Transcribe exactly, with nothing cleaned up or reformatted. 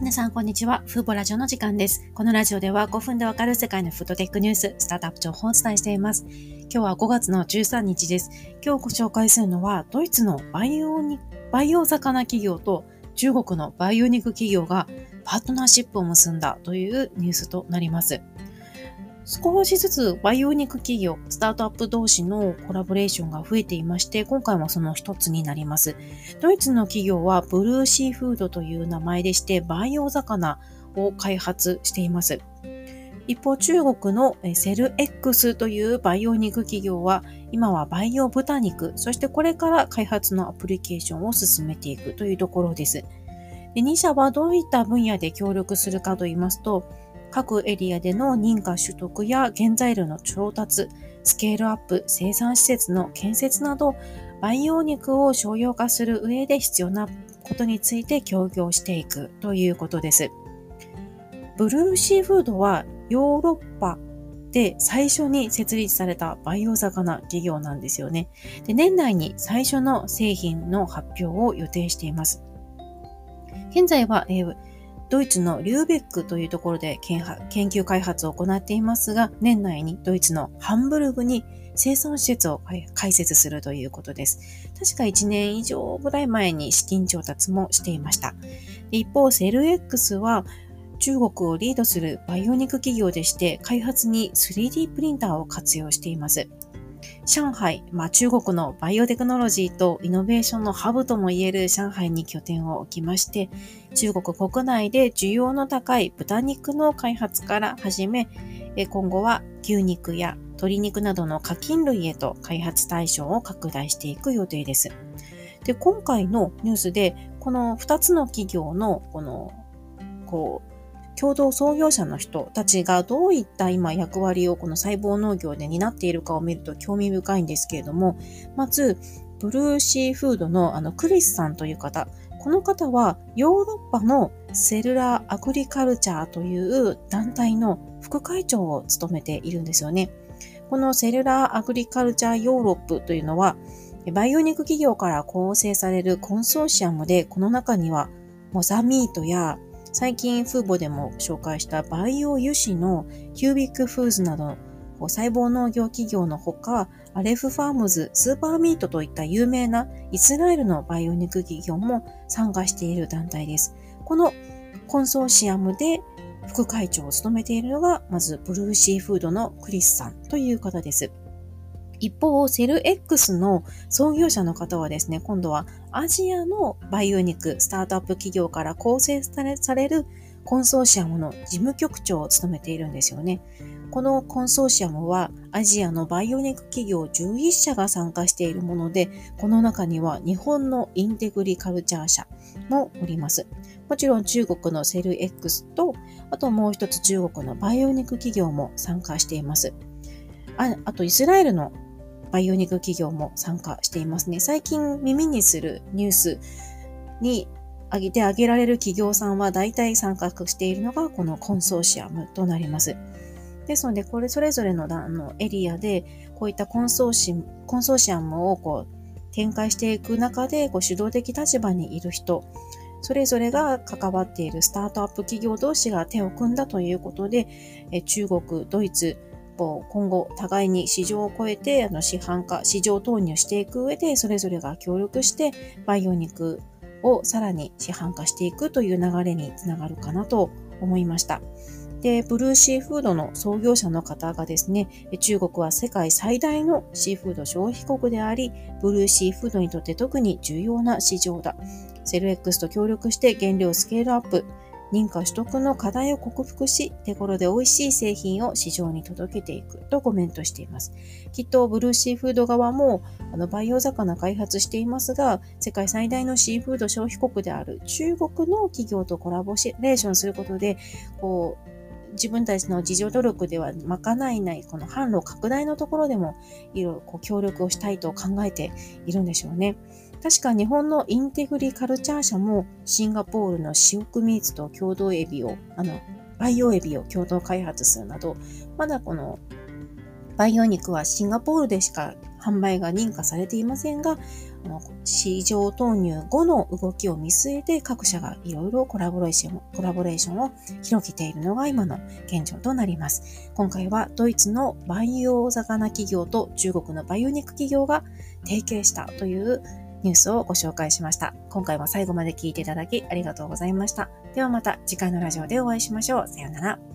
皆さん、こんにちは。フーボラジオの時間です。このラジオではごふんでわかる世界のフードテックニュース、スタートアップ情報をお伝えしています。今日はごがつのじゅうさんにちです。今日ご紹介するのは、ドイツのバイオにバイオ魚企業と中国のバイオ肉企業がパートナーシップを結んだというニュースとなります。少しずつバイオ肉企業、スタートアップ同士のコラボレーションが増えていまして、今回もその一つになります。ドイツの企業はブルーシーフードという名前でして、バイオ魚を開発しています。一方、中国のセル X というバイオ肉企業は、今はバイオ豚肉、そしてこれから開発のアプリケーションを進めていくというところです。で、に社はどういった分野で協力するかといいますと、各エリアでの認可取得や原材料の調達、スケールアップ、生産施設の建設など、培養肉を商用化する上で必要なことについて協業していくということです。ブルーシーフードはヨーロッパで最初に設立されたバイオ魚企業なんですよね。で、年内に最初の製品の発表を予定しています。現在は、えードイツのリューベックというところで研究開発を行っていますが、年内にドイツのハンブルグに生産施設を開設するということです。確かいちねん以上ぐらい前に資金調達もしていました。一方、セル X は中国をリードするバイオ肉企業でして、開発に スリーディー プリンターを活用しています。上海、まあ、中国のバイオテクノロジーとイノベーションのハブとも言える上海に拠点を置きまして、中国国内で需要の高い豚肉の開発から始め、今後は牛肉や鶏肉などの家禽類へと開発対象を拡大していく予定です。で、今回のニュースで、このふたつの企業のこの、こう、共同創業者の人たちがどういった今役割をこの細胞農業で担っているかを見ると興味深いんですけれども、まず、ブルーシーフードのあのクリスさんという方、この方はヨーロッパのセルラーアグリカルチャーという団体の副会長を務めているんですよね。このセルラーアグリカルチャーヨーロップというのは、バイオ肉企業から構成されるコンソーシアムで、この中にはモザミートや最近フーボでも紹介したバイオ油脂のキュービックフーズなどの細胞農業企業のほか、アレフファームズ、スーパーミートといった有名なイスラエルのバイオ肉企業も参加している団体です。このコンソーシアムで副会長を務めているのが、まずブルーシーフードのクリスさんという方です。一方、セル X の創業者の方はですね、今度はアジアのバイオ肉スタートアップ企業から構成されるコンソーシアムの事務局長を務めているんですよね。このコンソーシアムはアジアのバイオ肉企業じゅういっしゃが参加しているもので、この中には日本のインテグリカルチャー社もおります。もちろん中国のセル X と、あともう一つ中国のバイオ肉企業も参加しています。あ、あとイスラエルのバイオ肉企業も参加していますね。最近耳にするニュースに挙げて挙げられる企業さんは大体参画しているのがこのコンソーシアムとなります。ですので、これそれぞれののエリアでこういったコンソーシ、コンソーシアムをこう展開していく中でこう主導的立場にいる人、それぞれが関わっているスタートアップ企業同士が手を組んだということで、中国、ドイツ、今後互いに市場を超えてあの市販化、市場投入していく上でそれぞれが協力してバイオ肉をさらに市販化していくという流れにつながるかなと思いました。で、ブルーシーフードの創業者の方がですね、中国は世界最大のシーフード消費国であり、ブルーシーフードにとって特に重要な市場だ。セル X と協力して原料スケールアップ、認可取得の課題を克服し、手頃で美味しい製品を市場に届けていくとコメントしています。きっとブルーシーフード側もあのバイオ魚開発していますが、世界最大のシーフード消費国である中国の企業とコラボレーションすることで、こう自分たちの自助努力では賄えないこの販路拡大のところでもいろいろこう協力をしたいと考えているんでしょうね。確か日本のインテグリカルチャー社もシンガポールのシオクミーツと共同エビを、あの、バイオエビを共同開発するなど、まだこのバイオ肉はシンガポールでしか販売が認可されていませんが、 市場投入後の動きを見据えて各社がいろいろコラボレーション、コラボレーションを広げているのが今の現状となります。今回はドイツの培養魚企業と中国の培養肉企業が提携したというニュースをご紹介しました。今回も最後まで聞いていただきありがとうございました。ではまた次回のラジオでお会いしましょう。さようなら。